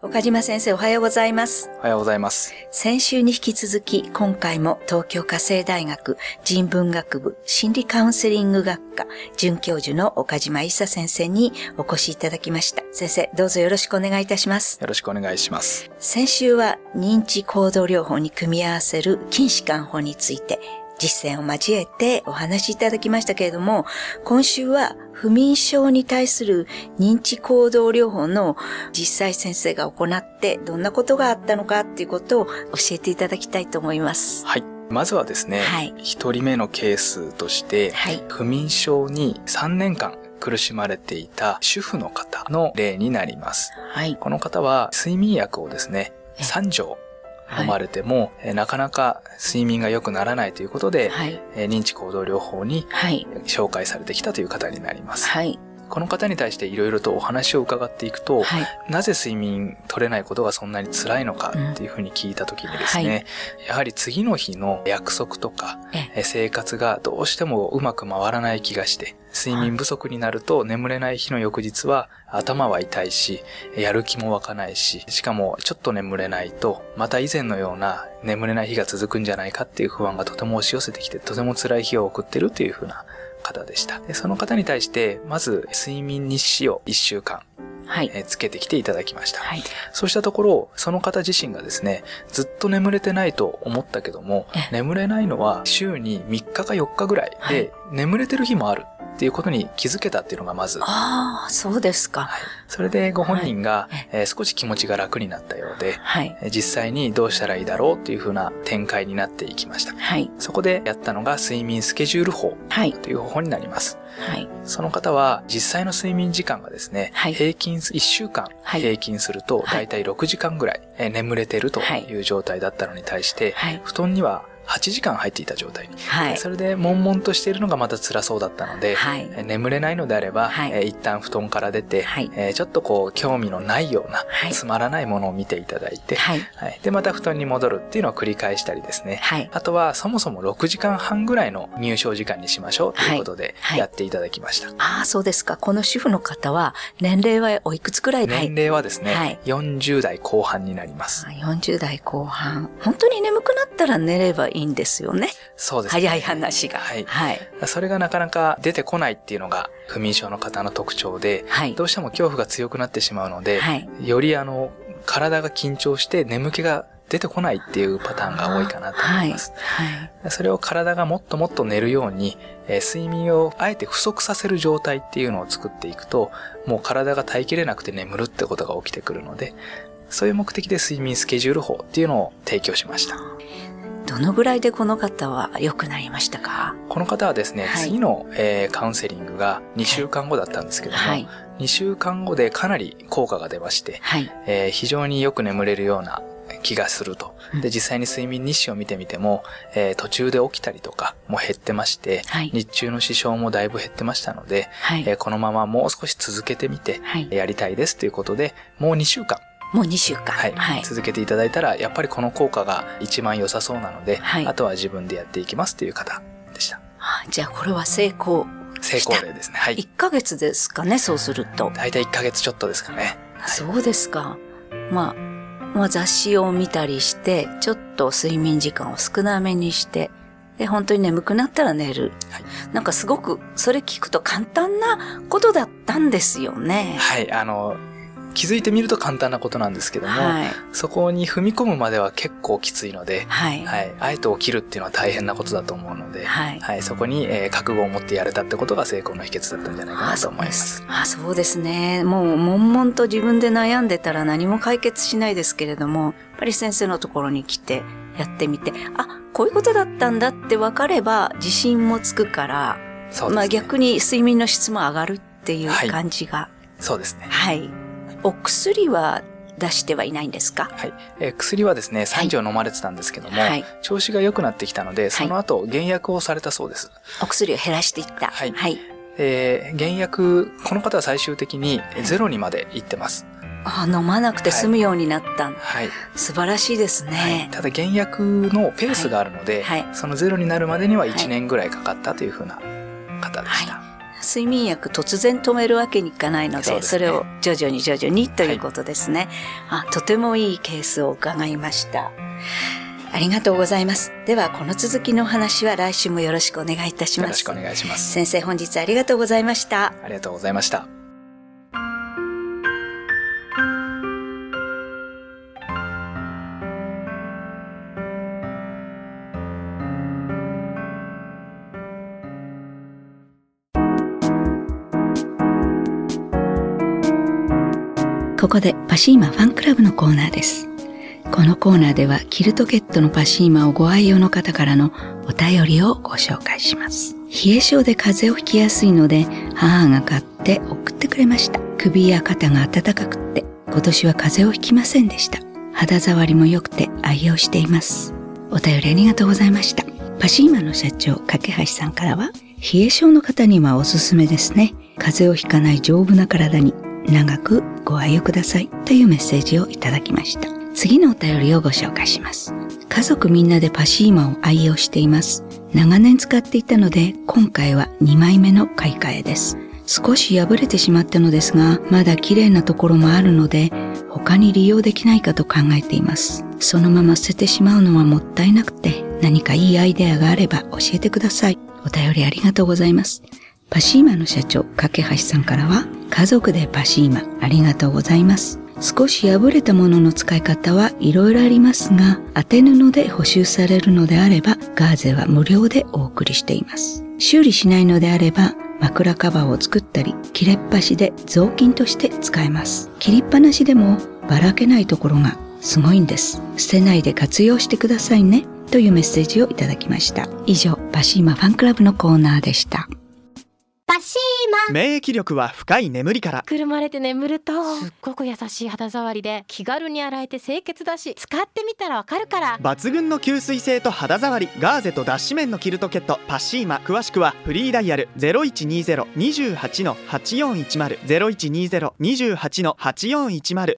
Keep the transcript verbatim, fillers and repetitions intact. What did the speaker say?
岡島先生、おはようございます。 おはようございます。 先週に引き続き、今回も東京家政大学人文学部心理カウンセリング学科准教授の岡島一茶先生にお越しいただきました。先生、どうぞよろしくお願いいたします。 よろしくお願いします。 先週は認知行動療法に組み合わせる筋弛緩法について実践を交えてお話しいただきましたけれども、今週は不眠症に対する認知行動療法の実際先生が行ってどんなことがあったのかっていうことを教えていただきたいと思います。 はい。まずはですね、はい、ひとりめのケースとして、はい、不眠症にさんねんかん苦しまれていた主婦の方の例になります。はい、この方は睡眠薬をですね、さん錠飲まれても、はい、なかなか睡眠が良くならないということで、はい、認知行動療法に紹介されてきたという方になります。はい、この方に対していろいろとお話を伺っていくと、はい、なぜ睡眠取れないことがそんなに辛いのかっていうふうに聞いたときにですね、うんはい、やはり次の日の約束とか生活がどうしてもうまく回らない気がして、睡眠不足になると眠れない日の翌日は頭は痛いし、やる気も湧かないし、しかもちょっと眠れないとまた以前のような眠れない日が続くんじゃないかっていう不安がとても押し寄せてきて、とても辛い日を送ってるというふうな方でした。でその方に対してまず睡眠日誌をいっしゅうかんはい、えつけてきていただきました、はい、そうしたところその方自身がですね、ずっと眠れてないと思ったけども、眠れないのは週にみっかかよっかぐらいで、はい、眠れてる日もあるっていうことに気づけたっていうのがまず。 ああ、そうですか。 はい、それでご本人が、はいえー、少し気持ちが楽になったようで、はい、実際にどうしたらいいだろうっていう風な展開になっていきました。はい、そこでやったのが睡眠スケジュール法という方法になります。はい、その方は実際の睡眠時間がですね、はい、平均いっしゅうかん平均するとだいたいろくじかんぐらい眠れてるという状態だったのに対して、はい、布団にははちじかん入っていた状態に、はい、それで悶々としているのがまた辛そうだったので、はい、眠れないのであれば、はい、一旦布団から出て、はい、ちょっとこう興味のないような、はい、つまらないものを見ていただいて、はいはい、でまた布団に戻るっていうのを繰り返したりですね、はい、あとはそもそもろくじかんはんぐらいの入床時間にしましょうということでやっていただきました。はいはい、 ああ、そうですか。この主婦の方は年齢はおいくつくらい？ 年齢はですね、はい、よんじゅうだいこう半になります。 よんじゅうだいこう半。本当に眠くなったら寝ればいいんですよね。 そうですね。 早い話が。 はい。はい。それがなかなか出てこないっていうのが不眠症の方の特徴で、はい、どうしても恐怖が強くなってしまうので、はい、よりあの、体が緊張して眠気が出てこないっていうパターンが多いかなと思います。はいはい、それを体がもっともっと寝るように、えー、睡眠をあえて不足させる状態っていうのを作っていくと、もう体が耐えきれなくて眠るってことが起きてくるので、そういう目的で睡眠スケジュール法っていうのを提供しました。 どのぐらいでこの方は良くなりましたか？ この方はですね、はい、次の、えー、カウンセリングがにしゅうかんごだったんですけども、はい、にしゅうかんごでかなり効果が出まして、はいえー、非常によく眠れるような気がすると。で、実際に睡眠日誌を見てみても、えー、途中で起きたりとかも減ってまして、はい、日中の支障もだいぶ減ってましたので、はいえー、このままもう少し続けてみて、はい、やりたいですということで、もうにしゅうかん。 もうにしゅうかん、 はいはい、続けていただいたらやっぱりこの効果が一番良さそうなので、はい、あとは自分でやっていきますという方でした。 はあ、じゃあこれは成功成功例ですね。はい。 いっかげつですかね、そうすると。 だいたいいっかげつちょっとですかね。 はい、そうですか。まあ、まあ雑誌を見たりしてちょっと睡眠時間を少なめにしてで本当に眠くなったら寝る、はい、なんかすごくそれ聞くと簡単なことだったんですよね。 はい、あの気づいてみると簡単なことなんですけども、はい、そこに踏み込むまでは結構きついので、はいはい、あえて起きるっていうのは大変なことだと思うので、はいはい、そこに、えー、覚悟を持ってやれたってことが成功の秘訣だったんじゃないかなと思います。 あ、そうです。あ、そうですね。もう悶々と自分で悩んでたら何も解決しないですけれども、やっぱり先生のところに来てやってみて、あ、こういうことだったんだって分かれば自信もつくから、そうですね、まあ逆に睡眠の質も上がるっていう感じが、はい、 そうですね。 はい。お薬は出してはいないんですか？ はい、えー、薬はですねさん錠飲まれてたんですけども、はい、調子が良くなってきたのでその後減薬をされたそうです。 お薬を減らしていった。 はい、はい、えー、減薬この方は最終的にゼロにまでいってます。 あ、飲まなくて済むようになった。はい、素晴らしいですね。はい、 ただ減薬のペースがあるので、はいはい、そのゼロになるまでにはいちねんぐらいかかったというふうな方でした。はい、 睡眠薬突然止めるわけにいかないの で, そ, で、ね、それを徐々に徐々にということですね、はい、あ、とてもいいケースを伺いました。ありがとうございます。ではこの続きのお話は来週もよろしくお願いいたします。よろしくお願いします。 先生、本日ありがとうございました。 ありがとうございました。 ここでパシーマファンクラブのコーナーです。このコーナーではキルトケットのパシーマをご愛用の方からのお便りをご紹介します。冷え性で風邪をひきやすいので母が買って送ってくれました。首や肩が暖かくって今年は風邪をひきませんでした。肌触りも良くて愛用しています。お便りありがとうございました。パシーマの社長架橋さんからは、冷え性の方にはおすすめですね。風邪をひかない丈夫な体に長くご愛用くださいというメッセージをいただきました。次のお便りをご紹介します。家族みんなでパシーマを愛用しています。長年使っていたので今回はにまいめの買い替えです。少し破れてしまったのですが、まだ綺麗なところもあるので他に利用できないかと考えています。そのまま捨ててしまうのはもったいなくて、何かいいアイデアがあれば教えてください。お便りありがとうございます。パシーマの社長架橋さんからは、家族でパシーマありがとうございます。少し破れたものの使い方はいろいろありますが、当て布で補修されるのであればガーゼは無料でお送りしています。修理しないのであれば枕カバーを作ったり、切れっ端で雑巾として使えます。切りっぱなしでもばらけないところがすごいんです。捨てないで活用してくださいねというメッセージをいただきました。以上、パシーマファンクラブのコーナーでした。 パシーマ。 免疫力は深い眠りから。 くるまれて眠るとすっごく優しい肌触りで気軽に洗えて清潔だし、使ってみたらわかるから。 抜群の吸水性と肌触り、ガーゼと脱脂綿のキルトケットパシーマ。詳しくはフリーダイヤル ゼロいちにゼロ にじゅうはちのはちよんいちゼロ ゼロいちにゼロ にじゅうはちのはちよんいちゼロ